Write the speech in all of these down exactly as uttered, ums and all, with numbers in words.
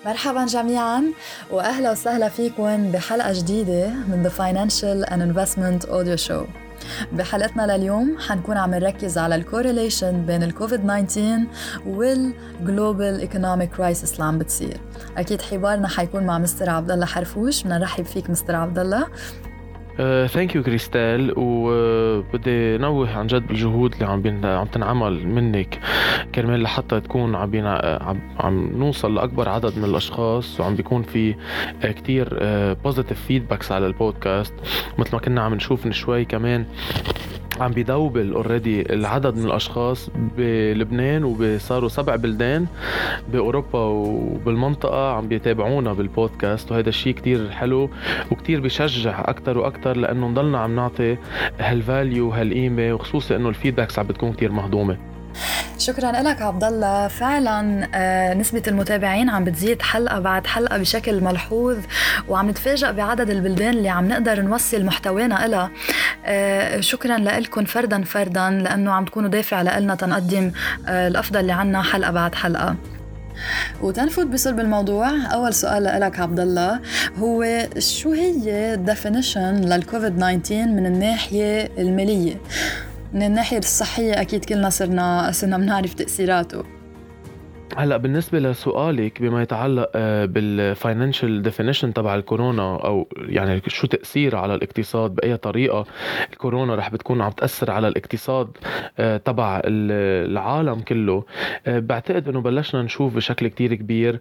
مرحبا جميعا وأهلا وسهلا فيكم بحلقة جديدة من The Financial and Investment Audio Show. بحلقتنا لليوم حنكون عم نركز على الكوريليشن بين الكوفيد تسعة عشر والجلوبال ايكونوميك كرايسيس اللي عم بتصير. أكيد حوارنا حيكون مع مستر عبد الله حرفوش. بدنا نرحب فيك مستر عبد الله. ثانك يو كريستال، وبدي نوه عن جد بالجهود اللي عم بين عم تنعمل منك كرمال لحتى تكون عم بينا عم, عم نوصل لاكبر عدد من الاشخاص، وعم بيكون في كتير بوزيتيف فيدباكس على البودكاست. مثل ما كنا عم نشوف من شوي كمان عم بيدوبل اوريدي العدد من الاشخاص بلبنان، وصاروا سبع بلدان باوروبا وبالمنطقه عم بيتابعونا بالبودكاست، وهذا الشيء كتير حلو وكتير بيشجع اكتر واكتر لانه نضلنا عم نعطي هالفاليو هالقيمه، وخصوصا انه الفيدباكس عم بتكون كتير مهضومه. شكرا لك عبد الله. فعلا آه نسبة المتابعين عم بتزيد حلقة بعد حلقة بشكل ملحوظ، وعم نتفاجأ بعدد البلدان اللي عم نقدر نوصل محتوانا إلها. آه شكرا لكم فردا فردا، لأنه عم تكونوا دافع لنا تنقدم آه الأفضل اللي عنا حلقة بعد حلقة. وتنفوت بصلب الموضوع، أول سؤال لك عبد الله هو شو هي definition للكوفيد تسعة عشر من الناحية المالية؟ من الناحية الصحية أكيد كلنا صرنا صرنا بنعرف تأثيراته. هلا بالنسبة لسؤالك بما يتعلق بالفاينانشال ديفينيشن تبع الكورونا، أو يعني شو تأثير على الاقتصاد، بأي طريقة الكورونا رح بتكون عم تأثر على الاقتصاد تبع العالم كله، بعتقد أنه بلشنا نشوف بشكل كتير كبير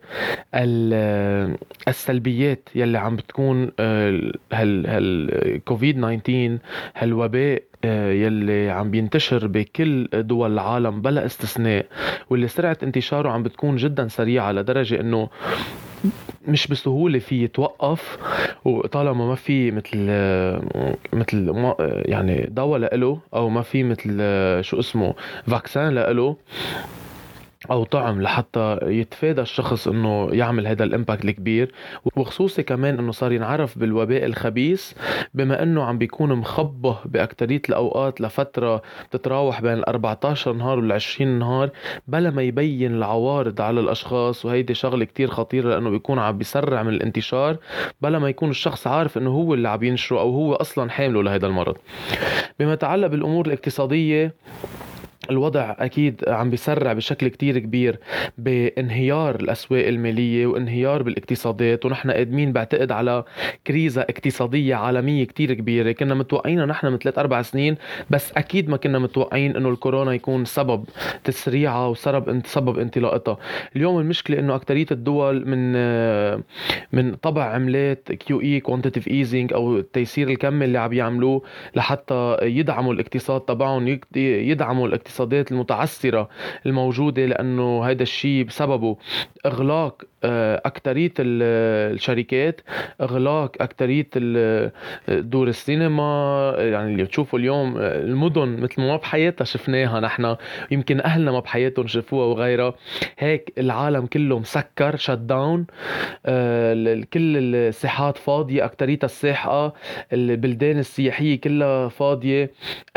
السلبيات يلي عم بتكون هالكوفيد تسعة عشر، هالوباء يلي عم بينتشر بكل دول العالم بلا استثناء، واللي سرعة انتشاره عم بتكون جدا سريعة لدرجة انه مش بسهولة فيه يتوقف، وطالما ما في مثل مثل ما يعني دواء لإله، او ما في مثل شو اسمه فاكسين لإله او طعم لحتى يتفادى الشخص انه يعمل هذا الامباكت الكبير. وخصوصي كمان انه صار ينعرف بالوباء الخبيث، بما انه عم بيكون مخبه باكترية الاوقات لفترة تتراوح بين الأربعة عشر نهار والعشرين نهار بلا ما يبين العوارض على الاشخاص، وهيدي شغلة كتير خطيرة لانه بيكون عم بيسرع من الانتشار بلا ما يكون الشخص عارف انه هو اللي عم ينشره او هو اصلا حامله لهذا المرض. بما يتعلق بالامور الاقتصادية، الوضع أكيد عم بيسرع بشكل كتير كبير بانهيار الأسواق المالية وانهيار بالاقتصادات، ونحن قادمين بعتقد على كريزة اقتصادية عالمية كتير كبيرة. كنا متوقعين نحن من ثلاث أربع سنين، بس أكيد ما كنا متوقعين أنه الكورونا يكون سبب تسريعها وسبب سبب انطلاقتها. اليوم المشكلة أنه أكترية الدول من من طبع عملات كيو إي quantitative easing أو التيسير الكمي اللي عم يعملوه لحتى يدعموا الاقتصاد تبعهم، يدعموا الاقتصاد الاقتصادات المتعثرة الموجودة، لأنه هذا الشيء بسببه إغلاق أكترية الشركات، إغلاق أكترية دور السينما. يعني اللي بتشوفوا اليوم المدن مثل ما بحياتها شفناها نحن، يمكن أهلنا ما بحياتهم شافوها وغيرها، هيك العالم كله مسكر شت داون، كل الساحات فاضية، أكترية الساحة، البلدان السياحية كلها فاضية،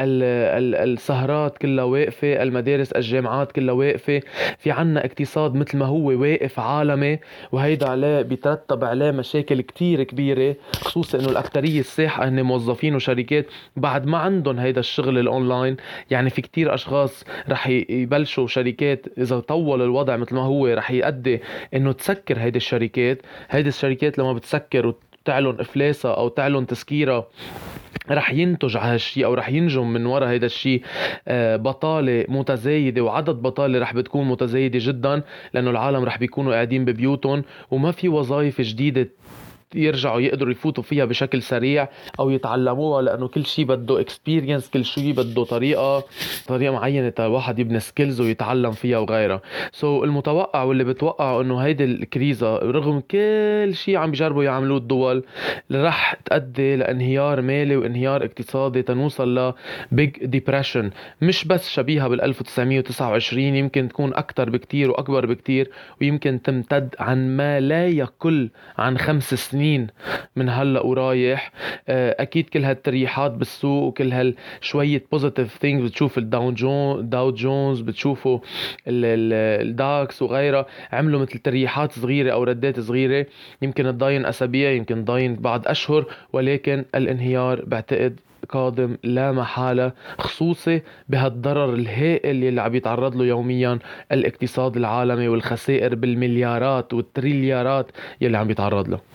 السهرات كلها واقفة، المدارس الجامعات كلها واقفة، في عنا اقتصاد مثل ما هو واقف عالمي، وهيدا عليه بيترتب عليه مشاكل كتير كبيرة، خصوصا انه الاكترية الساحة هن موظفين وشركات بعد ما عندهم هيدا الشغل الاونلاين. يعني في كتير اشخاص رح يبلشوا شركات اذا طول الوضع مثل ما هو رح يؤدي انه تسكر هيدا الشركات. هيدا الشركات لما بتسكر وتعلن افلاسها او تعلن تسكيرها رح ينتج على هالشي او رح ينجم من وراء هيدا الشي بطالة متزايدة، وعدد بطالة رح بتكون متزايدة جدا، لانه العالم رح بيكونوا قاعدين ببيوتهم وما في وظائف جديدة يرجعوا يقدروا يفوتوا فيها بشكل سريع او يتعلموها، لانه كل شيء بده اكسبيرينس، كل شيء بده طريقه طريقه معينه الواحد يبني سكيلز ويتعلم فيها وغيرها. سو so, المتوقع واللي بتوقع انه هيدي الكريزه رغم كل شيء عم بيجربوا يعملوه الدول رح تؤدي لانهيار مالي وانهيار اقتصادي، تنوصل ل بيج ديبريشن مش بس شبيهه بال ألف وتسعمية وتسعة وعشرين، يمكن تكون اكثر بكتير واكبر بكتير، ويمكن تمتد عن ما لا يقل عن خمس سنين سنين من هلأ ورايح. أكيد كل هالتريحات بالسوق وكل هالشوية positive things، بتشوف الداو جون داو جونز، بتشوفوا الداكس وغيرها، عملوا مثل تريحات صغيرة أو ردات صغيرة، يمكن تضاين أسابيع، يمكن تضاين بعض أشهر، ولكن الانهيار بعتقد قادم لا محالة، خصوصي بهالضرر الهائل اللي عم يتعرض له يوميا الاقتصاد العالمي والخسائر بالمليارات والتريليارات يلي عم يتعرض له.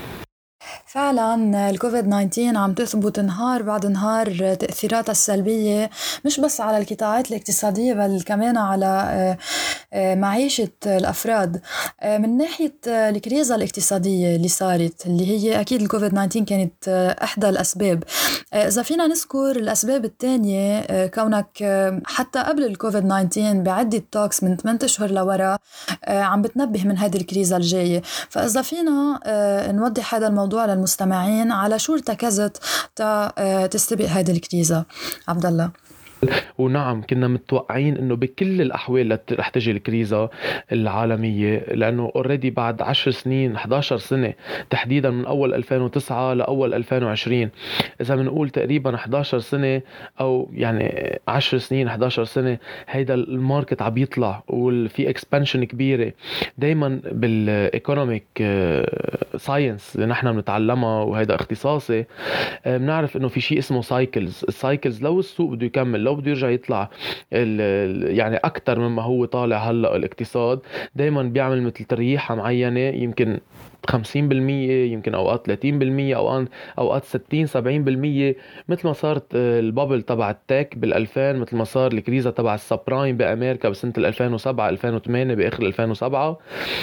فعلا الكوفيد تسعة عشر عم تثبت نهار بعد نهار تأثيراتها السلبية، مش بس على القطاعات الاقتصادية بل كمان على معيشة الأفراد. من ناحية الكريزة الاقتصادية اللي صارت، اللي هي أكيد الكوفيد تسعة عشر كانت إحدى الأسباب. إذا فينا نذكر الأسباب الثانية، كونك حتى قبل الكوفيد تسعة عشر بعدة توكس من ثمانية أشهر لورا عم بتنبه من هذه الكريزة الجاية، فإذا فينا نوضح هذا الموضوع للمستمعين، على شو ارتكزت تا تستبق هذه الكريزة عبد الله؟ ونعم كنا متوقعين انه بكل الاحوال رح تجي الكريزة العالمية، لانه اوريدي بعد عشر سنين إحدى عشرة سنة تحديدا من اول ألفين وتسعة لاول ألفين وعشرين، اذا بنقول تقريبا إحدى عشرة سنة او يعني عشر سنين إحدى عشرة سنة، هيدا الماركت عم يطلع وفي اكسبانشن كبيرة. دايما بالايكونوميك ساينس اللي نحن بنتعلمها وهيدا اختصاصي، بنعرف انه في شيء اسمه سايكلز. السايكلز لو السوق بده يكمل، لو بده يرجع يطلع يعني اكتر مما هو طالع هلا الاقتصاد، دايما بيعمل مثل تريحة معينة، يمكن خمسين بالمية، يمكن اوقات ثلاثين بالمية، اوقات اوقات ستين سبعين بالمية، مثل ما صارت البابل تبع التك بالألفين، مثل ما صار الكريزة تبع السبرايم بامريكا بسنة ألفين وسبعة ألفين وثمانية باخر ألفين وسبعة،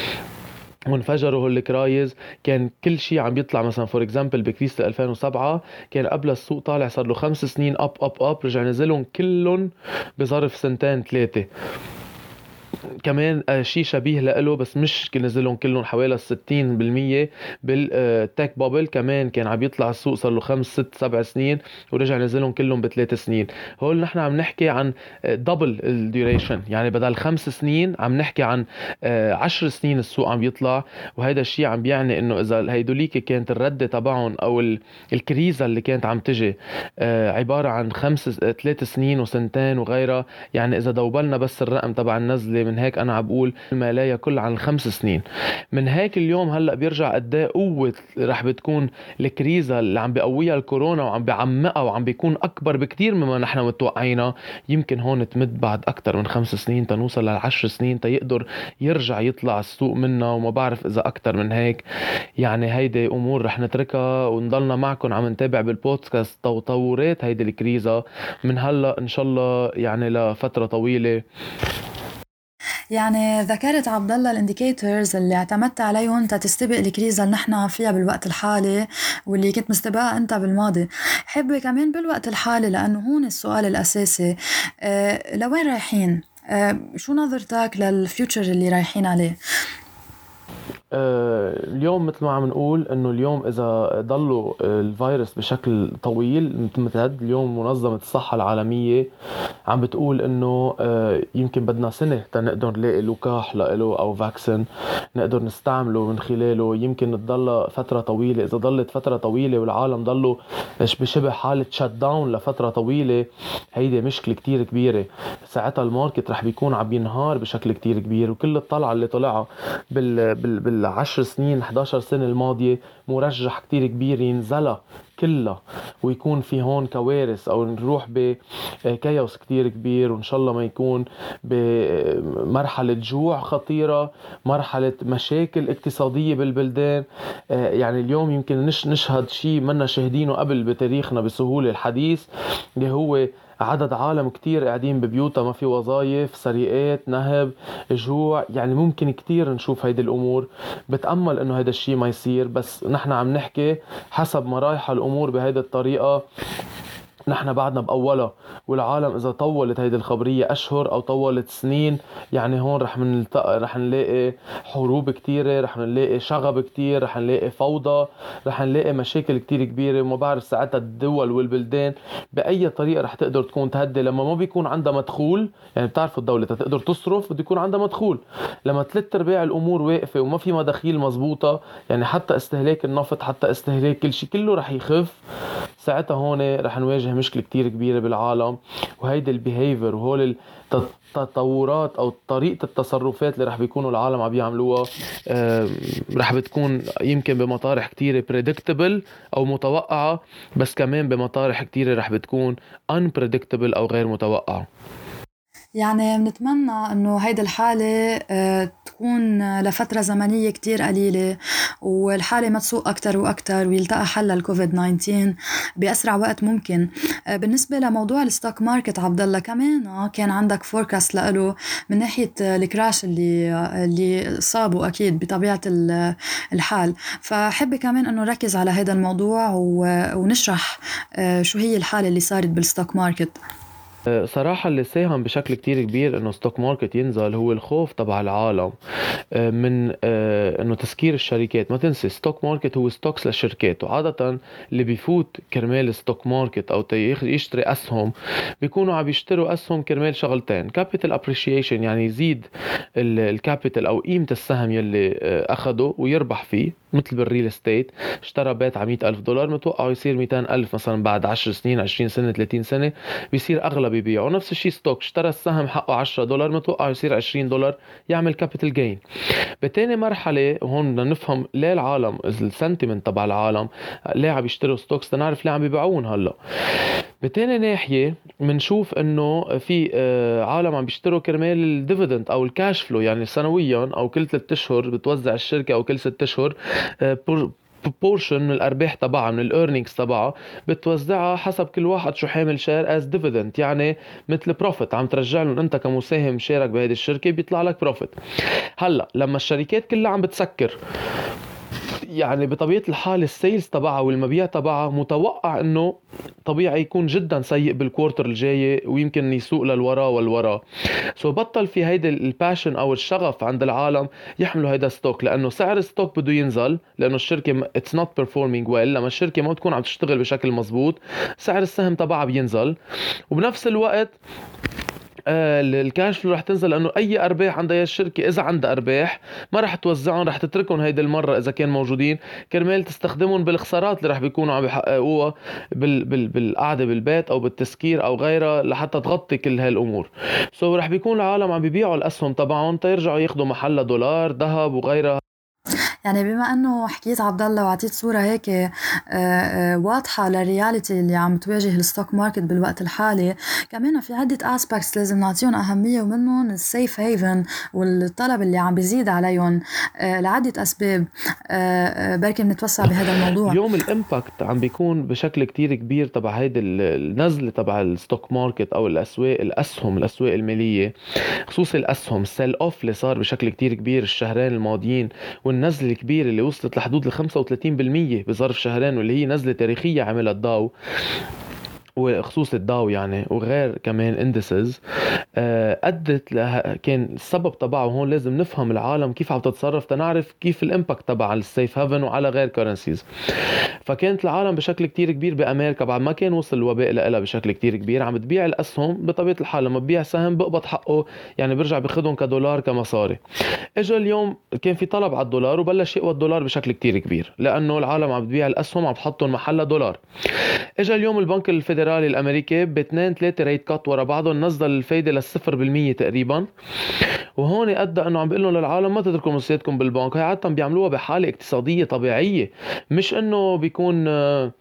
وانفجروا هالكرايز. كان كل شيء عم يطلع مثلا فور اكزامبل بكريزة ألفين وسبعة، كان قبل السوق طالع صار له خمس سنين اب اب اب، رجع نزلهم كلهم بظرف سنتين ثلاثة. كمان شيء شبيه له بس مش نزلهم كلهم، حوالي ستين بالمية بالتك بابل، كمان كان عم يطلع السوق صار له خمس ست سبع سنين ورجع نزلهم كلهم بثلاث سنين. هول نحن عم نحكي عن دبل الديوريشن، يعني بدل خمس سنين عم نحكي عن عشر سنين السوق عم يطلع. وهذا الشيء عم بيعني انه اذا هيدوليك كانت الردة تبعهم او الكريزة اللي كانت عم تجي عبارة عن خمس ثلاث سنين وسنتين وغيرها، يعني اذا دوبلنا بس الرقم تبع النزلة، من هيك انا عم بقول ما لا يقل عن الخمس سنين. من هيك اليوم هلا بيرجع قد ايه قوه رح بتكون الكريزه اللي عم بيقويها الكورونا وعم بيعمقها وعم بيكون اكبر بكتير مما نحن متوقعينها. يمكن هون تمد بعد اكثر من خمس سنين تنوصل للعشر سنين تيقدر يرجع يطلع السوق منها، وما بعرف اذا اكثر من هيك. يعني هيدي امور رح نتركها ونضلنا معكم عم نتابع بالبودكاست تطورات هيدي الكريزه من هلا ان شاء الله، يعني لفتره طويله. يعني ذكرت عبد الله الانديكيتورز اللي اعتمدت عليهم تستبق الكريزة اللي نحن فيها بالوقت الحالي واللي كنت مستبقها انت بالماضي. حابة كمان بالوقت الحالي، لانه هون السؤال الاساسي، أه لوين رايحين؟ أه شو نظرتك للفيوتشر اللي رايحين عليه؟ اليوم مثل ما عم نقول انه اليوم اذا ضلوا الفيروس بشكل طويل متمتد، اليوم منظمة الصحة العالمية عم بتقول انه يمكن بدنا سنة تنقدر نلاقي لقاح له او فاكسين نقدر نستعمله من خلاله. يمكن تضل فترة طويلة، اذا ضلت فترة طويلة والعالم ضلوا بشبه حالة شات داون لفترة طويلة، هيدي مشكلة كتير كبيرة. ساعتها الماركت رح بيكون عم ينهار بشكل كتير كبير، وكل الطلعة اللي طلعها بال بال بالعشر سنين إحدى عشرة سنة الماضية مرجح كتير كبير ينزلها كلها ويكون في هون كوارث او نروح بكاوس كتير كبير، وان شاء الله ما يكون بمرحلة جوع خطيرة، مرحلة مشاكل اقتصادية بالبلدان. يعني اليوم يمكن نش نشهد شيء منا شاهدينه قبل بتاريخنا بسهولة الحديث، اللي هو عدد عالم كتير قاعدين ببيوتها ما في وظائف، سرقات، نهب، جوع. يعني ممكن كتير نشوف هيدي الأمور. بتأمل إنه هيدا الشيء ما يصير، بس نحن عم نحكي حسب ما رايحة الأمور بهيدا الطريقة. نحن بعدنا بأولها، والعالم إذا طولت هيدي الخبرية أشهر أو طولت سنين، يعني هون رح منلتقى رح نلاقي حروب كتيرة، رح نلاقي شغب كتير، رح نلاقي فوضى، رح نلاقي مشاكل كتير كبيرة. وما بعرف ساعتها الدول والبلدان بأي طريقة رح تقدر تكون تهدي لما ما بيكون عندها مدخول. يعني بتعرفوا الدولة تقدر تصرف بده يكون عندها مدخول. لما ثلاث ارباع الأمور واقفة وما في مداخيل مزبوطة، يعني حتى استهلاك النفط، حتى استهلاك كل شيء كله رح يخف. ساعتها هون رح نواجه مشكلة كتير كبيرة بالعالم. وهيدا البيهيفر وهول التطورات أو طريقة التصرفات اللي رح بيكونوا العالم عم يعملوها رح بتكون يمكن بمطارح كتيرة predictable أو متوقعة، بس كمان بمطارح كتيرة رح بتكون unpredictable أو غير متوقعة. يعني بنتمنى انه هيدا الحالة اه تكون لفترة زمنية كتير قليلة، والحالة ما تسوء أكتر وأكتر، ويلتقى حل للكوفيد تسعة عشر بأسرع وقت ممكن. اه بالنسبة لموضوع الستوك ماركت عبدالله، كمان كان عندك فوركاست لأله من ناحية الكراش اللي اللي صابوا أكيد بطبيعة الحال، فحب كمان أنه نركز على هذا الموضوع ونشرح اه شو هي الحالة اللي صارت بالستوك ماركت. صراحة اللي ساهم بشكل كتير كبير انه ستوك ماركت ينزل هو الخوف تبع العالم من انه تسكير الشركات. ما تنسي ستوك ماركت هو ستوكس للشركات، وعادة اللي بيفوت كرمال ستوك ماركت او يشتري اسهم بيكونوا عم يشتروا اسهم كرمال شغلتين: كابيتال ابريشيشن، يعني يزيد الكابيتال او قيمة السهم يلي اخده ويربح فيه، مثل بالريل استيت. اشترى بيت على مئة ألف دولار، متوقع يصير مئتين ألف مثلا بعد عشر سنين، عشرين سنة، ثلاثين سنة، بيصير أغلى بيبيعه. نفس الشيء ستوك، اشترى السهم حقه عشرة دولار، متوقع يصير عشرين دولار، يعمل كابيتال جين. بتاني مرحلة وهون بدنا نفهم ليه العالم، السنتيمنت تبع العالم ليه عم يشتروا ستوكس، تنعرف ليه عم بيبيعون. هلا بتاني ناحية منشوف انه في عالم عم بيشتروا كرمال الديفيدند او الكاش فلو، يعني سنويا او كل ثلاثة اشهر بتوزع الشركة او كل ستة اشهر بورشن من الارباح تبعها، من الايرنينجز تبعها، بتوزعها حسب كل واحد شو حامل شير از ديفيدند، يعني مثل بروفيت عم ترجع لهم انت كمساهم شارك بهذه الشركة، بيطلع لك بروفيت. هلا لما الشركات كلها عم بتسكر، يعني بطبيعة الحال السيلز تبعها والمبيع تبعها متوقع انه طبيعي يكون جدا سيء بالكوارتر الجاي، ويمكن يسوق للوراء والوراء. سو بطل في هيدا الباشن او الشغف عند العالم يحملوا هيدا ستوك، لانه سعر الستوك بده ينزل، لانه الشركة it's not performing well. لما الشركة ما تكون عم تشتغل بشكل مزبوط، سعر السهم تبعها بينزل. وبنفس الوقت الكاش فلو رح تنزل، لانه اي ارباح عندها الشركه اذا عندها ارباح ما رح توزعهم، رح تتركهم هيدي المره اذا كان موجودين كرمال تستخدمهم بالخسارات اللي رح بيكونوا عم يحققوها بال بال بالقعده بالبيت او بالتسكير او غيرها، لحتى تغطي كل هالامور. سو رح بيكون العالم عم بيبيعوا الاسهم تبعهم تيرجعوا ياخذوا محلها دولار، ذهب وغيرها. يعني بما انه حكيت عبدالله وعطيت صورة هيك آآ آآ واضحة للرياليتي اللي عم تواجه الستوك ماركت بالوقت الحالي، كمان في عدة اسبكتس لازم نعطيهم اهمية، ومنهم السيف هيفن والطلب اللي عم بيزيد عليهم لعدة اسباب. بركي بنتوسع بهذا الموضوع. اليوم الامباكت عم بيكون بشكل كتير كبير تبع هيدي النزلة تبع الستوك ماركت او الاسواق، الاسهم، الاسواق المالية، خصوصي الاسهم. سيل اوف اللي صار بشكل كتير كبير الشهرين الماضيين، والنزلة الكبيرة اللي وصلت لحدود ال خمسة وثلاثين بالمية بظرف شهرين، واللي هي نزلة تاريخية عملها الداو، وخصوص الداو يعني، وغير كمان اندسز، أدت لها. كان السبب تبعه هون لازم نفهم العالم كيف عم تتصرف تنعرف كيف الامباكت تبع السيف هافن وعلى غير كورنسيز. فكانت العالم بشكل كتير كبير بأمريكا بعد ما كان وصل الوباء لها بشكل كتير كبير عم تبيع الأسهم. بطبيعة الحال لما تبيع سهم بقبض حقه، يعني برجع بخدهم كدولار كمصاري. اجا اليوم كان في طلب على الدولار وبلش يقوى الدولار بشكل كتير كبير، لأنه العالم عم تبيع الأسهم عم تحطهم محلها دولار. اجا اليوم البنك الفيدرالي الأمريكي باثنين ثلاثة ريت كات ورا بعضهم نزل الفايدة للصفر بالمية تقريبا، وهون أدى أنه عم بيقول لهم للعالم ما تتركوا مصياتكم بالبنك. هاي عادة بيعملوها بحالة اقتصادية طبيعية، مش أنه بيكون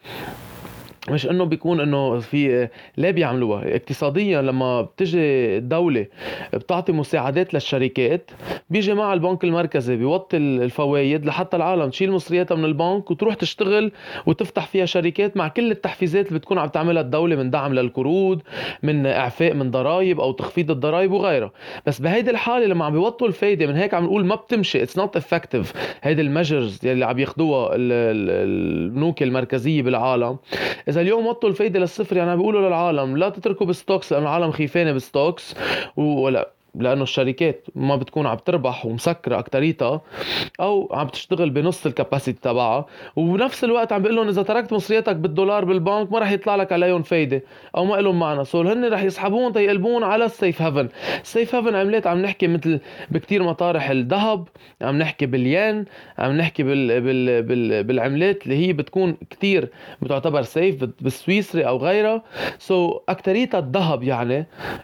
مش انه بيكون انه في ليه بيعملوها اقتصاديا. لما بتجي الدولة بتعطي مساعدات للشركات، بيجي مع البنك المركزي بيوطي الفوائد لحتى العالم تشيل مصرياتها من البنك وتروح تشتغل وتفتح فيها شركات مع كل التحفيزات اللي بتكون عم تعملها الدولة، من دعم للقروض، من اعفاء من ضرائب او تخفيض الضرائب وغيرها. بس بهيدي الحالة لما عم بيوطوا الفايدة، من هيك عم نقول ما بتمشي، it's not effective. هيدي الميجرز اللي عم ياخدوها البنوك المركزية بالعالم، إذا اذا اليوم وطوا الفايده للصفر يعني بيقولوا للعالم لا تتركوا بالستوكس لانه العالم خيفانه بالستوكس، ولا لانه الشركات ما بتكون عم تربح ومسكره اكتريتها او عم تشتغل بنص الكاباسيتي تبعها، وبنفس الوقت عم بيقول لهم اذا تركت مصرياتك بالدولار بالبنك ما راح يطلع لك عليهم فايده او ما لهم معنى. سو هن راح يسحبون تيقلبون على السيف هافن. السيف هافن عملات عم نحكي مثل بكتير مطارح الذهب، عم نحكي بالين، عم نحكي بال بال بال بالعملات اللي هي بتكون كتير بتعتبر سيف بالسويسري او غيرها. سو اكتريتها الذهب يعني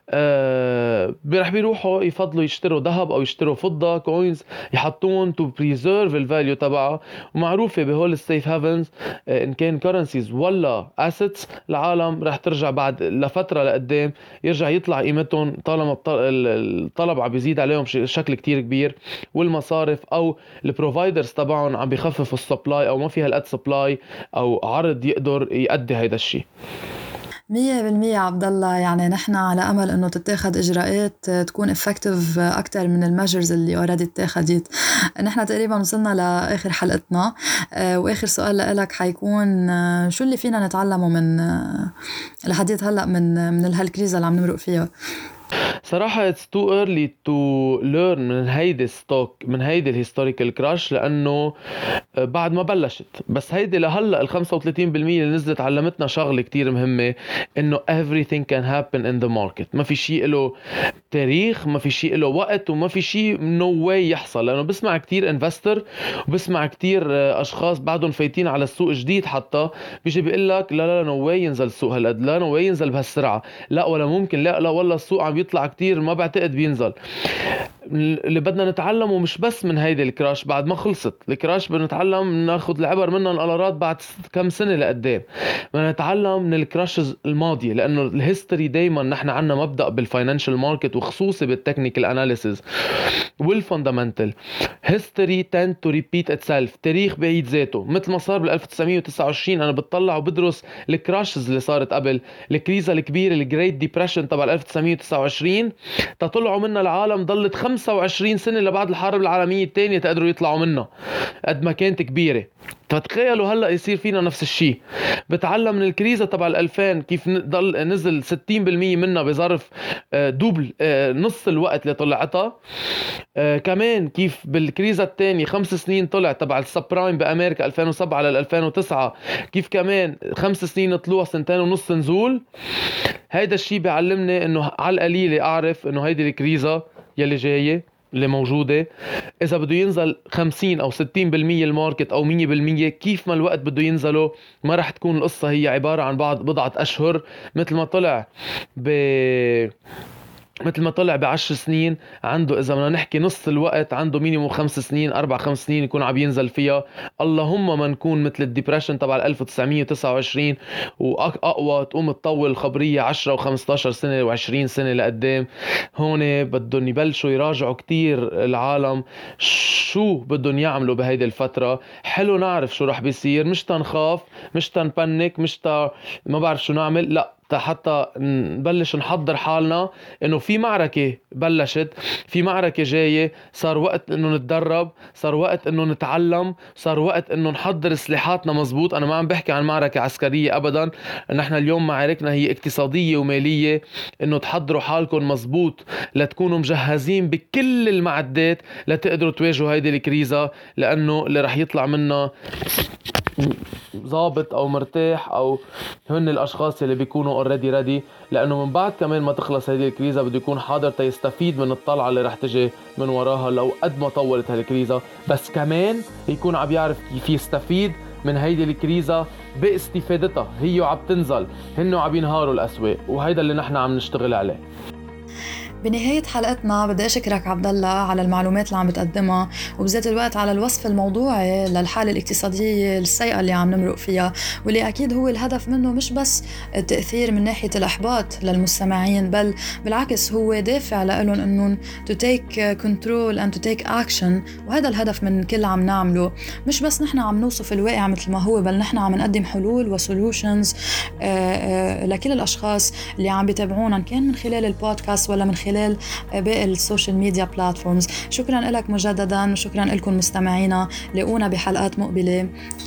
آه راح بيروحوا يفضلوا يشتروا ذهب او يشتروا فضه كوينز يحطون تو بريزيرف الفاليو تبعها. ومعروفه بهول السيف هافنز ان كان كرنسيز ولا اسيتس العالم رح ترجع بعد لفتره لقدام يرجع يطلع قيمتهم طالما الطلب عم بيزيد عليهم بشكل كتير كبير، والمصارف او البروفايدرز تبعهم عم بيخففوا السبلاي او ما فيها القد سبلاي او عرض يقدر يؤدي هيدا الشيء. مية بالمية عبد الله، يعني نحن على أمل أنه تتاخد إجراءات تكون effective أكتر من الميجرز اللي already اتاخدت. نحن تقريبا وصلنا لآخر حلقتنا، وآخر سؤال لك حيكون شو اللي فينا نتعلمه من الحديث هلأ من من هالكريزة اللي عم نمرق فيها؟ صراحة it's too early to learn من هيدي ستوك من هيدي الهيستوريكال كراش لأنه بعد ما بلشت. بس هيدي لهلأ ال خمسة وثلاثين بالمية اللي نزلت علمتنا شغلة كتير مهمة، إنه everything can happen in the market. ما في شيء له تاريخ، ما في شيء له وقت، وما في شيء no way يحصل. لأنه بسمع كتير انفستر وبسمع كتير أشخاص بعدهم فايتين على السوق جديد حتى بيجي بيقول لك لا لا no way ينزل السوق هالقد، لا no way ينزل بهالسرعة، لا ولا ممكن، لا لا والله السوق عم يطلع كتير ما بعتقد بينزل. اللي بدنا نتعلمه مش بس من هيدي الكراش، بعد ما خلصت الكراش بنتعلم ناخد العبر منها القرارات بعد كم سنة لقدام. بدنا نتعلم من الكراشز الماضية، لأنه الهيستوري دايما نحن عنا مبدأ بالفاينانشال ماركت وخصوصي بالتكنيكال اناليسيز والفوندامنتال. هيستوري tend to repeat itself، تاريخ بعيد ذاته. مثل ما صار بال ألف وتسعمية وتسعة وعشرين أنا بتطلع وبدرس الكراشز اللي صارت قبل، الكريزة الكبيرة الجريت ديبريشن تبع ألف وتسعمية وتسعة وعشرين تطلعوا منها العالم ضلت خمسة وعشرين سنة لبعد الحرب العالمية الثانية تقدروا يطلعوا منها قد ما كانت كبيرة. فتخيلوا هلأ يصير فينا نفس الشيء. بتعلم من الكريزة تبع الألفين كيف ضل نزل ستين بالمية منها بظرف دوبل نص الوقت اللي طلعتها. كمان كيف بالكريزة الثانية خمس سنين طلع تبع السبرايم بأمريكا ألفين وسبعة لل ألفين وتسعة، كيف كمان خمس سنين طلوع سنتين ونص نزول. هيدا الشيء بيعلمني انه على القليلة اعرف انه هيدي الكريزة يلي جاية اللي موجودة إذا بده ينزل خمسين أو ستين بالمية الماركت أو مية بالمية كيف ما الوقت بده ينزله، ما رح تكون القصة هي عبارة عن بعض بضعة أشهر مثل ما طلع ب مثل ما طلع بعشر سنين. عنده إذا بدنا نحكي نص الوقت عنده مينيموم خمس سنين أربع خمس سنين يكون عم ينزل فيها. اللهم ما نكون مثل الديبريشن تبع ألف وتسعمية وتسعة وعشرين وأقوى تقوم تطول الخبرية عشرة وخمستاشر سنة وعشرين سنة لقدام. هون بدهم يبلشوا يراجعوا كتير العالم شو بدهم يعملوا بهيدي الفترة. حلو نعرف شو رح بيصير، مش تنخاف مش تنبنك مش تا ما بعرف شو نعمل، لا حتى نبلش نحضر حالنا انه في معركة بلشت، في معركة جاية، صار وقت انه نتدرب، صار وقت انه نتعلم، صار وقت انه نحضر سلاحاتنا مزبوط. انا ما عم بحكي عن معركة عسكرية ابدا، نحن اليوم معاركنا هي اقتصادية ومالية، انه تحضروا حالكم مزبوط لتكونوا مجهزين بكل المعدات لتقدروا تواجهوا هيدي الكريزة، لانه اللي رح يطلع منها ضابط او مرتاح او هن الاشخاص اللي بيكونوا already ready. لانه من بعد كمان ما تخلص هذه الكريزة بده يكون حاضر تيستفيد من الطلعة اللي رح تجي من وراها لو قد ما طولت هالكريزة، بس كمان يكون عم يعرف كيف يستفيد من هيدي الكريزة باستفادتها. هي عم تنزل هنو عم ينهاروا الاسواق، وهيدا اللي نحن عم نشتغل عليه. بنهاية حلقتنا بدي أشكرك عبد الله على المعلومات اللي عم بتقدمها، وبذات الوقت على الوصف الموضوعي للحالة الاقتصادية السيئة اللي عم نمرق فيها، واللي أكيد هو الهدف منه مش بس التأثير من ناحية الإحباط للمستمعين، بل بالعكس هو دافع لهم إنهم to take control and to take action. وهذا الهدف من كل عم نعمله، مش بس نحن عم نوصف الواقع مثل ما هو، بل نحن عم نقدم حلول وسولوشنز لكل الأشخاص اللي عم بيتابعونا، كان من خلال البودكاست ولا من خلال خلال باقي السوشيال ميديا بلاتفورمز. شكرا لك مجددا، وشكرا لكم مستمعينا. لاقونا بحلقات مقبلة.